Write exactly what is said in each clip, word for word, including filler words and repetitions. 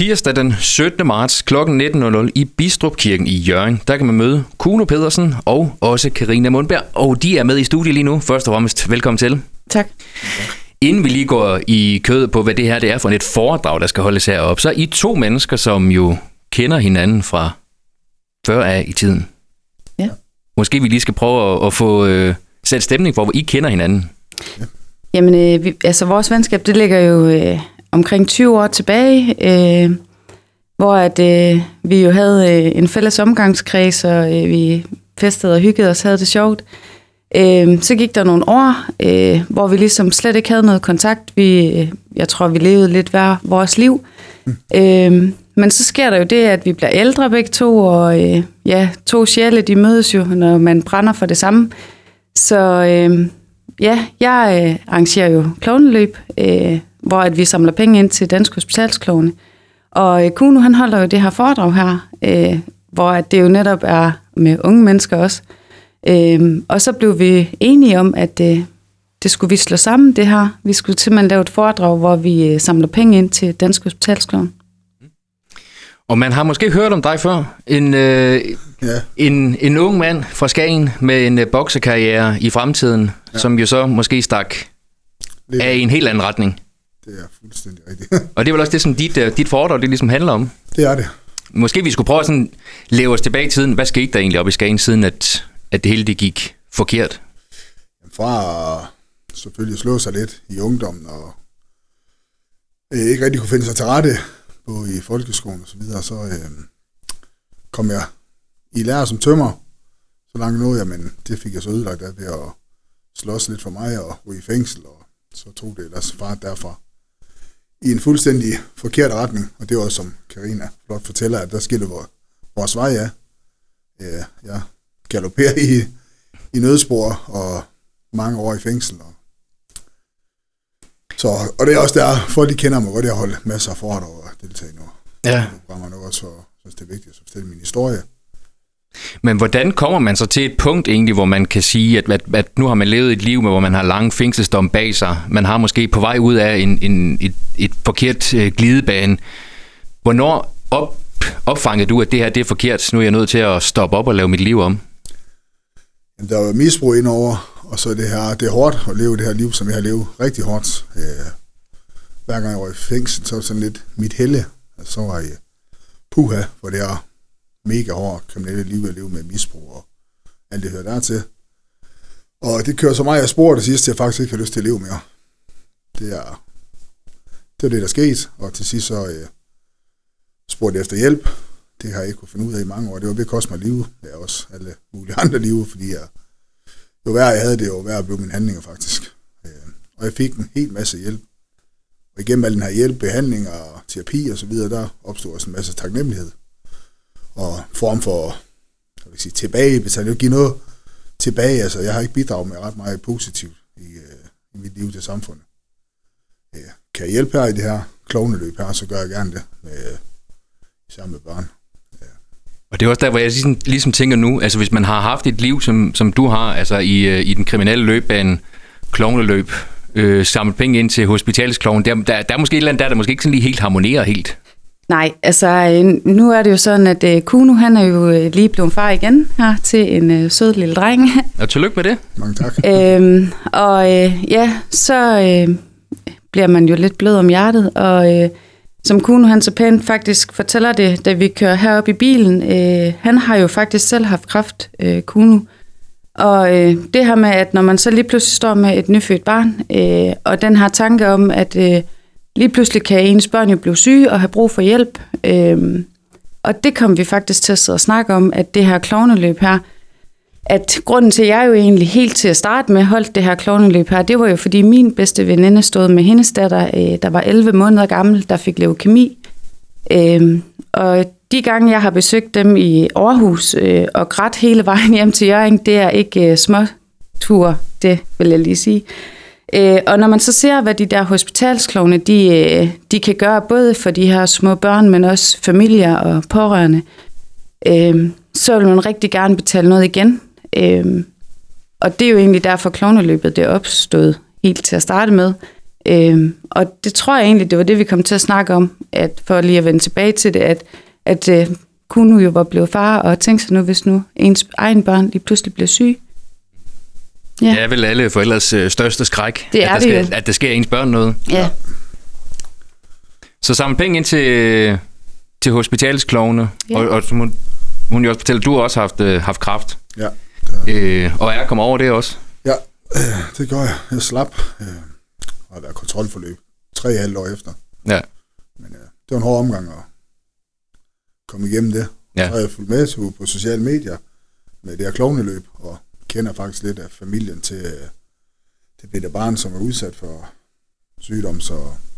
tirsdag den syttende marts kl. nitten i Bidstrup Kirken i Hjørring. Der kan man møde Kuno Pedersen og også Karina Mundberg. Og de er med i studiet lige nu. Først og fremmest velkommen til. Tak. Inden vi lige går i kødet på, hvad det her det er for et foredrag, der skal holdes heroppe, så er I to mennesker, som jo kender hinanden fra før af i tiden. Ja. Måske vi lige skal prøve at, at få øh, sat stemning for, hvor I kender hinanden. Ja. Jamen, øh, vi, altså vores venskab, det ligger jo øh, omkring tyve år tilbage, øh, hvor at, øh, vi jo havde øh, en fælles omgangskreds, og øh, vi festede og hyggede os, havde det sjovt. Øh, så gik der nogle år, øh, hvor vi ligesom slet ikke havde noget kontakt. Vi, øh, jeg tror, vi levede lidt hver vores liv. Mm. Øh, men så sker der jo det, at vi bliver ældre begge to, og øh, ja, to sjæle, de mødes jo, når man brænder for det samme. Så øh, ja, jeg øh, arrangerer jo klovneløb, øh, hvor at vi samler penge ind til Danske Hospitalsklovne. Og øh, Kuno, han holder jo det her foredrag her, øh, hvor at det jo netop er med unge mennesker også. Øh, og så blev vi enige om, at øh, det skulle vi slå sammen, det her. Vi skulle simpelthen lave et foredrag, hvor vi øh, samler penge ind til Danske Hospitalsklovne. Og man har måske hørt om dig før. En, øh, ja. en, en ung mand fra Skagen med en øh, boksekarriere i fremtiden, ja. Som jo så måske stak lidt af i en helt anden retning. Det er fuldstændig rigtigt. Og det er vel også det, som dit, dit foredrag det ligesom handler om. Det er det. Måske vi skulle prøve at sådan leve os tilbage i tiden. Hvad skete der egentlig op i Skagen, siden at, at det hele det gik forkert? Jamen fra at selvfølgelig slå sig lidt i ungdommen, og øh, ikke rigtig kunne finde sig til rette, både i folkeskolen og så videre, så øh, kom jeg i lære som tømrer. Så langt nåede jeg, men det fik jeg så ødelagt af ved at slås lidt for mig og ryge i fængsel, og så tog det ellers fart derfra i en fuldstændig forkert retning. Og det var også, som Karina flot fortæller, at der skilte vores vej af. Ja, jeg galopperer i, i nødspor og mange år i fængsel. Og, så, og det er også der, folk de kender mig godt, jeg holder masser af foredrag og deltage nu. Ja. Det var mig nok også, så synes det er vigtigt at fortælle min historie. Men hvordan kommer man så til et punkt egentlig, hvor man kan sige, at, at, at nu har man levet et liv, hvor man har lange fængselsdom bag sig. Man har måske på vej ud af en, en, et, et forkert øh, glidebane. Hvornår op, opfangede du, at det her det er forkert? Nu er jeg nødt til at stoppe op og lave mit liv om. Jamen, der var misbrug indover, og så det her, det er hårdt at leve det her liv, som jeg har levet rigtig hårdt. Øh, hver gang jeg var i fængsel, så var det sådan lidt mit helle. Altså, så var jeg puha, hvor det er mega hårdt kriminelle liv at leve med misbrug og alt det hører dertil. Og det kører så meget af spor, det sidste, jeg faktisk ikke har lyst til at leve mere. Det er det, er det der skete, og til sidst så øh, spurgte jeg efter hjælp. Det har jeg ikke kunne finde ud af i mange år. Det var ved at koste mig liv, ja, også alle mulige andre liv, fordi jeg, jo værre jeg havde det, jo værre blev mine handlinger faktisk. Øh, og jeg fik en hel masse hjælp. Og igennem al den her hjælp, behandling og terapi og så videre, der opstod også en masse taknemmelighed. Og form for, jeg vil sige, tilbagebetaling. Jeg vil give noget tilbage. Altså, jeg har ikke bidraget med ret meget positivt i, øh, i mit liv til samfundet. Øh, kan jeg hjælpe her i det her klovneløb her, så gør jeg gerne det, med, sammen med børn. Ja. Og det er også der, hvor jeg ligesom, ligesom tænker nu, altså hvis man har haft et liv, som, som du har, altså i, i den kriminelle løbbane, klovneløb, øh, samlet penge ind til hospitalsklovnen, der, der, der er måske et eller andet der, der måske ikke sådan lige helt harmonerer helt. Nej, altså nu er det jo sådan, at uh, Kuno, han er jo uh, lige blevet far igen her til en uh, sød lille dreng. Og tillykke med det. Mange tak. øhm, og uh, ja, så uh, bliver man jo lidt blød om hjertet, og uh, som Kuno han så pænt faktisk fortæller det, da vi kører herop i bilen, uh, han har jo faktisk selv haft kræft, uh, Kuno. Og uh, det her med, at når man så lige pludselig står med et nyfødt barn, uh, og den her tanke om, at uh, lige pludselig kan ens børn jo blive syge og have brug for hjælp. Øhm, og det kom vi faktisk til at sidde og snakke om, at det her klovneløb her, at grunden til, at jeg jo egentlig helt til at starte med holdt det her klovneløb her, det var jo fordi min bedste veninde stod med hendes datter, øh, der var elleve måneder gammel, der fik leukemi. Øhm, og de gange, jeg har besøgt dem i Aarhus øh, og grædt hele vejen hjem til Hjørring, det er ikke øh, små ture, det vil jeg lige sige. Øh, og når man så ser, hvad de der hospitalsklovne, de, øh, de kan gøre, både for de her små børn, men også familier og pårørende, øh, så vil man rigtig gerne betale noget igen. Øh, og det er jo egentlig derfor, klovneløbet det er opstået helt til at starte med. Øh, og det tror jeg egentlig, det var det, vi kom til at snakke om, at for lige at vende tilbage til det, at, at øh, Kuno jo var blevet far, og tænkte sig nu, hvis nu ens egen børn lige pludselig bliver syge. Ja. Det er vel alle forældres øh, største skræk, det at, der det skal, at der sker ens børn noget. Ja. Så samle penge ind til, til hospitalsklovne, ja. og, og hun, hun jo også fortæller, at du har også haft, øh, haft kræft. Ja. Øh, og er kommet over det også? Ja, øh, det gør jeg. Jeg slap, øh, og der er kontrolforløb tre og et halvt år efter. Ja. Men øh, det var en hård omgang at komme igennem det. Ja. Så har jeg fulgt med til, på sociale medier med det her klovneløb, og kender faktisk lidt af familien til øh, det bitte barn, som er udsat for sygdom, så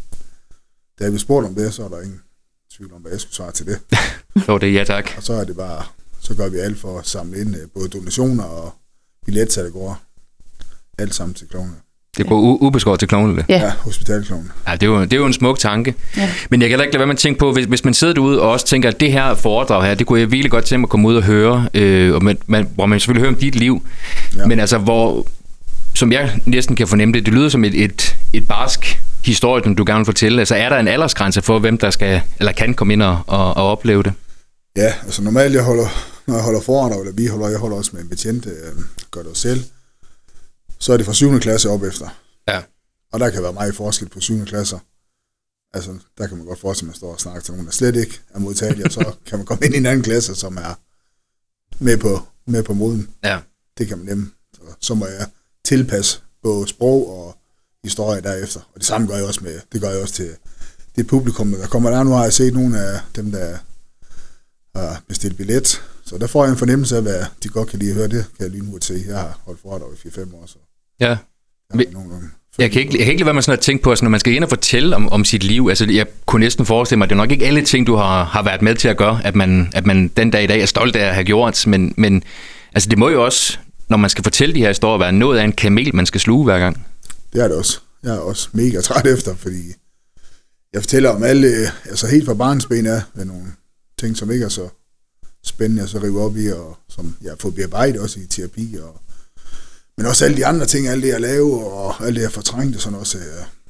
da vi spurgte om det, så er der ingen tvivl om, hvad jeg skulle svare til det. Så det er ja tak. Og så er det bare, så gør vi alt for at samle ind både donationer og billetsalg, det går alt sammen til klovne. Det går u- ubeskåret til klovnene? Ja, ja hospitalklovne. Ja, det er, jo, det er jo en smuk tanke. Ja. Men jeg kan da ikke lade være med at tænke på, hvis, hvis man sidder derude og også tænker, at det her foredrag her, det kunne jeg virkelig godt tænke mig at komme ud og høre, øh, og man, man, hvor man selvfølgelig hører om dit liv. Ja. Men altså, hvor, som jeg næsten kan fornemme det, det lyder som et, et, et barsk historie, som du gerne vil fortælle. Altså, er der en aldersgrænse for, hvem der skal eller kan komme ind og, og, og opleve det? Ja, altså normalt, jeg holder, når jeg holder foredrag, eller vi holder, jeg holder også med en betjent, øh, gør det selv, så er det fra syvende klasse op efter. Ja. Og der kan være meget forskel på syvende klasser. Altså, der kan man godt forestille, at man står og snakker til nogen, der slet ikke er modtagelige, og så kan man komme ind i en anden klasse, som er med på, med på moden. Ja. Det kan man nemt. Så, så må jeg tilpasse både sprog og historie derefter. Og det samme gør jeg også med, det gør jeg også til det publikum, der kommer der. Nu har jeg set nogle af dem, der har bestilt billet, så der får jeg en fornemmelse af, hvad de godt kan lide at høre. Det kan jeg lynhurtigt se. Jeg har holdt foredrag i fire fem år, så ja. jeg, nogle jeg, kan ikke, jeg kan ikke lade være med sådan at tænke på, at når man skal ind og fortælle om, om sit liv, altså jeg kunne næsten forestille mig, at det er nok ikke alle ting, du har, har været med til at gøre, at man, at man den dag i dag er stolt af at have gjort, men, men altså det må jo også, når man skal fortælle de her historier, være noget af en kamel, man skal sluge hver gang. Det er det også. Jeg er også mega træt efter, fordi jeg fortæller om alle, altså helt fra barnsben af, med nogle ting, som ikke er så spændende at så rive op i, og som jeg har fået bearbejdet også i terapi, og, men også alle de andre ting, alt det jeg laver, og alt det jeg fortrængte, sådan også,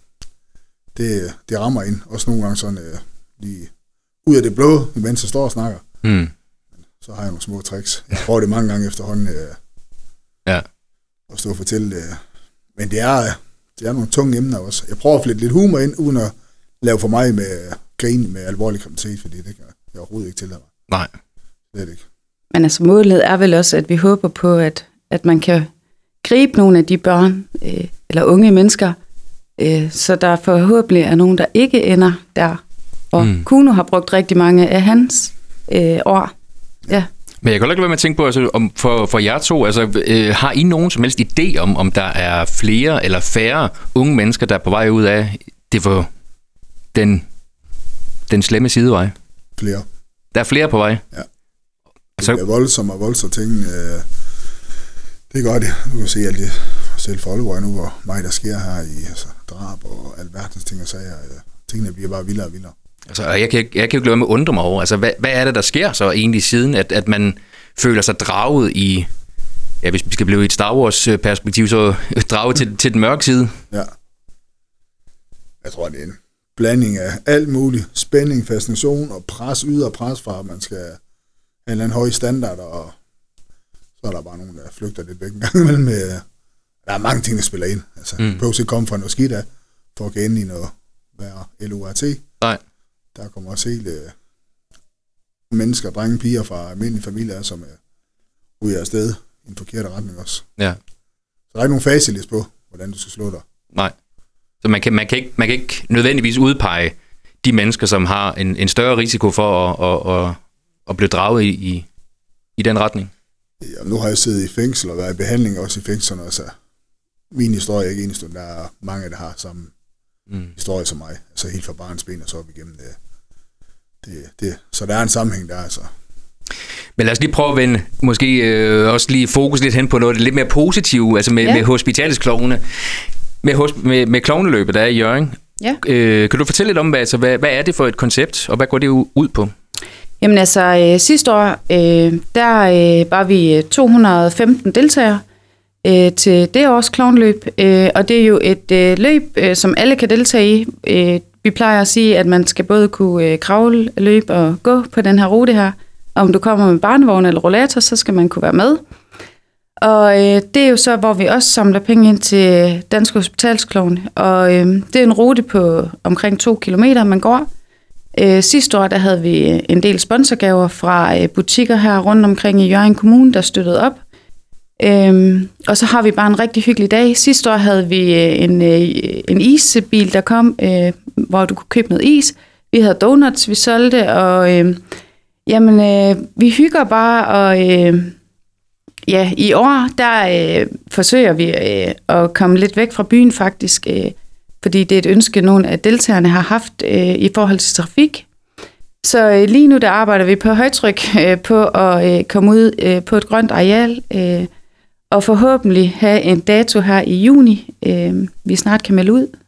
det, det rammer ind. Også nogle gange sådan lige ud af det blå, mens jeg står og snakker. Mm. Så har jeg nogle små tricks. Jeg prøver det mange gange efterhånden, ja. at stå og fortælle det. Men det er, det er nogle tunge emner også. Jeg prøver at flette lidt humor ind, uden at lave for mig med grin med alvorlig kriminalitet, fordi det kan jeg overhovedet ikke tillade mig. Nej. Det er det ikke. Men altså målet er vel også, at vi håber på, at, at man kan gribe nogle af de børn øh, eller unge mennesker, øh, så der forhåbentlig er nogen, der ikke ender der. Og mm. Kuno har brugt rigtig mange af hans øh, år. Ja. Men jeg kan ikke lade være med at tænke på, altså, om for, for jer to, altså, øh, har I nogen som helst idé om, om der er flere eller færre unge mennesker, der er på vej ud af det for den, den slemme sidevej? Flere. Der er flere på vej? Ja. Det er voldsomme og voldsomme ting. Øh, det gør det. Du kan se alt det selv for Aalborg nu, hvor meget der sker her i altså, drab og alverdens ting og sager. Tingene bliver bare vildere og vildere. Altså, jeg kan, jeg kan jo ikke lade med at undre mig over, altså, hvad, hvad er det, der sker så egentlig siden, at, at man føler sig draget i, ja, hvis vi skal blive i et Star Wars-perspektiv, så draget til, til den mørke side? Ja. Jeg tror, det er en blanding af alt muligt. Spænding, fascination og pres, ydre pres fra, at man skal have en eller anden høj standard, og så er der bare nogen, der flygter lidt væk en gang imellem. Med, der er mange ting, der spiller ind. Altså, mm. du behøver ikke komme fra noget skidt af, for at gå ind i noget, være L O R T. Nej. Der kommer også hele øh, mennesker, drenge, piger fra almindelige familier, som er ude af sted i en forkert retning også. Ja. Så der er ikke nogen facilis på, hvordan du skal slå dig. Nej. Så man kan, man kan, ikke, man kan ikke nødvendigvis udpege de mennesker, som har en, en større risiko for at, at, at, at blive draget i, i, i den retning? Ja, nu har jeg siddet i fængsel og været i behandling også i fængslerne, og så min historie er ikke eneste, der er mange, der har samme mm. historie som mig. Altså helt fra barns ben og så op igennem det. det, det. Så der er en sammenhæng der, altså. Men lad os lige prøve at vende, måske øh, også lige fokus lidt hen på noget lidt mere positivt, altså med, ja. med hospitalsklovne. Med, med, med klovneløbet, der er i Hjørring. Ja. Øh, kan du fortælle lidt om, hvad, altså, hvad, hvad er det for et koncept, og hvad går det ud på? Jamen altså, øh, sidste år, øh, der øh, var vi to hundrede og femten deltagere, øh, til det års klovnløb. Øh, og det er jo et øh, løb, øh, som alle kan deltage i. Øh, vi plejer at sige, at man skal både kunne øh, kravle, løbe og gå på den her rute her. Om du kommer med barnevogn eller rollator, så skal man kunne være med. Og øh, det er jo så, hvor vi også samler penge ind til Dansk Hospitalsklovn. Og øh, det er en rute på omkring to kilometer, man går. Øh, sidste år der havde vi en del sponsorgaver fra øh, butikker her rundt omkring i Hjørring Kommune, der støttede op. Øh, og så har vi bare en rigtig hyggelig dag. Sidste år havde vi øh, en, øh, en isbil, der kom, øh, hvor du kunne købe noget is. Vi havde donuts, vi solgte, og øh, jamen, øh, vi hygger bare, og øh, ja, i år, der øh, forsøger vi øh, at komme lidt væk fra byen faktisk, øh, fordi det er et ønske, nogle af deltagerne har haft øh, i forhold til trafik. Så øh, lige nu, der arbejder vi på højtryk øh, på at øh, komme ud øh, på et grønt areal, øh, og forhåbentlig have en dato her i juni, øh, vi snart kan melde ud.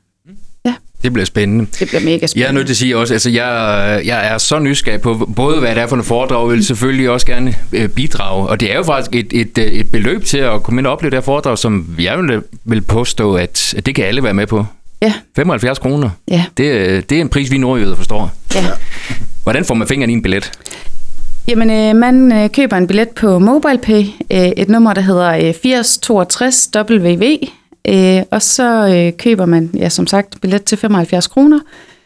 Det bliver spændende. Det bliver mega spændende. Jeg er nødt til at sige også, altså jeg, jeg er så nysgerrig på både, hvad det er for en foredrag, og vil selvfølgelig også gerne øh, bidrage. Og det er jo faktisk et, et, et beløb til at komme ind og opleve det her foredrag, som jeg vil, vil påstå, at, at det kan alle være med på. Ja. femoghalvfjerds kroner. Ja. Det, det er en pris, vi nordjyder forstår. Ja. Hvordan får man fingeren i en billet? Jamen, øh, man øh, køber en billet på MobilePay, øh, et nummer, der hedder øh, firs toogtres W W. Øh, og så øh, køber man, ja, som sagt, billet til femoghalvfjerds kroner.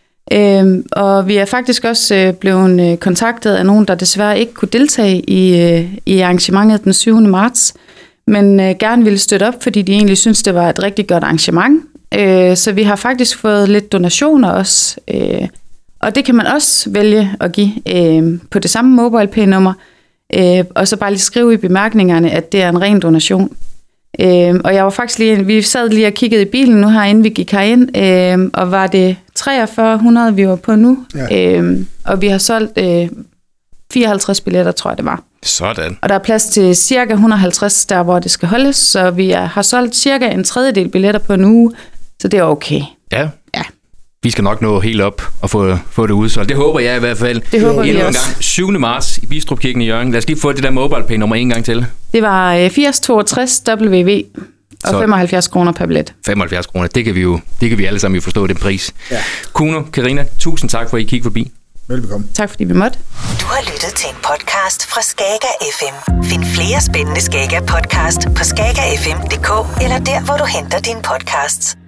Øh, og vi er faktisk også øh, blevet øh, kontaktet af nogen, der desværre ikke kunne deltage i, øh, i arrangementet den syvende marts, men øh, gerne ville støtte op, fordi de egentlig synes, det var et rigtig godt arrangement. Øh, så vi har faktisk fået lidt donationer også, øh, og det kan man også vælge at give øh, på det samme MobilePay-nummer, øh, og så bare lige skrive i bemærkningerne, at det er en ren donation. Øh, og jeg var faktisk lige, vi sad lige og kiggede i bilen nu her, inden vi gik herind, øh, og var det treogfyrre hundrede, vi var på nu, ja. øh, og vi har solgt øh, fireoghalvtreds billetter, tror jeg det var. Sådan. Og der er plads til cirka et hundrede og halvtreds, der hvor det skal holdes, så vi er, har solgt cirka en tredjedel billetter på en uge, så det er okay. Ja. Ja. Vi skal nok nå helt op og få, få det udsolgt. Det håber jeg i hvert fald. Det håber vi også. Gang. syvende marts i Bistrup Kirken i Hjørring. Lad os lige få det der MobilePay nummer en gang til. Det var firs toogtres W W og så femoghalvfjerds kroner per billet. femoghalvfjerds kroner, det kan vi jo det kan vi alle sammen jo forstå, den pris. Ja. Kuno, Karina, tusind tak for at I kiggede forbi. Velbekomme. Tak fordi vi måtte. Du har lyttet til en podcast fra Skager F M. Find flere spændende Skager podcast på skager f m punktum d k eller der, hvor du henter dine podcasts.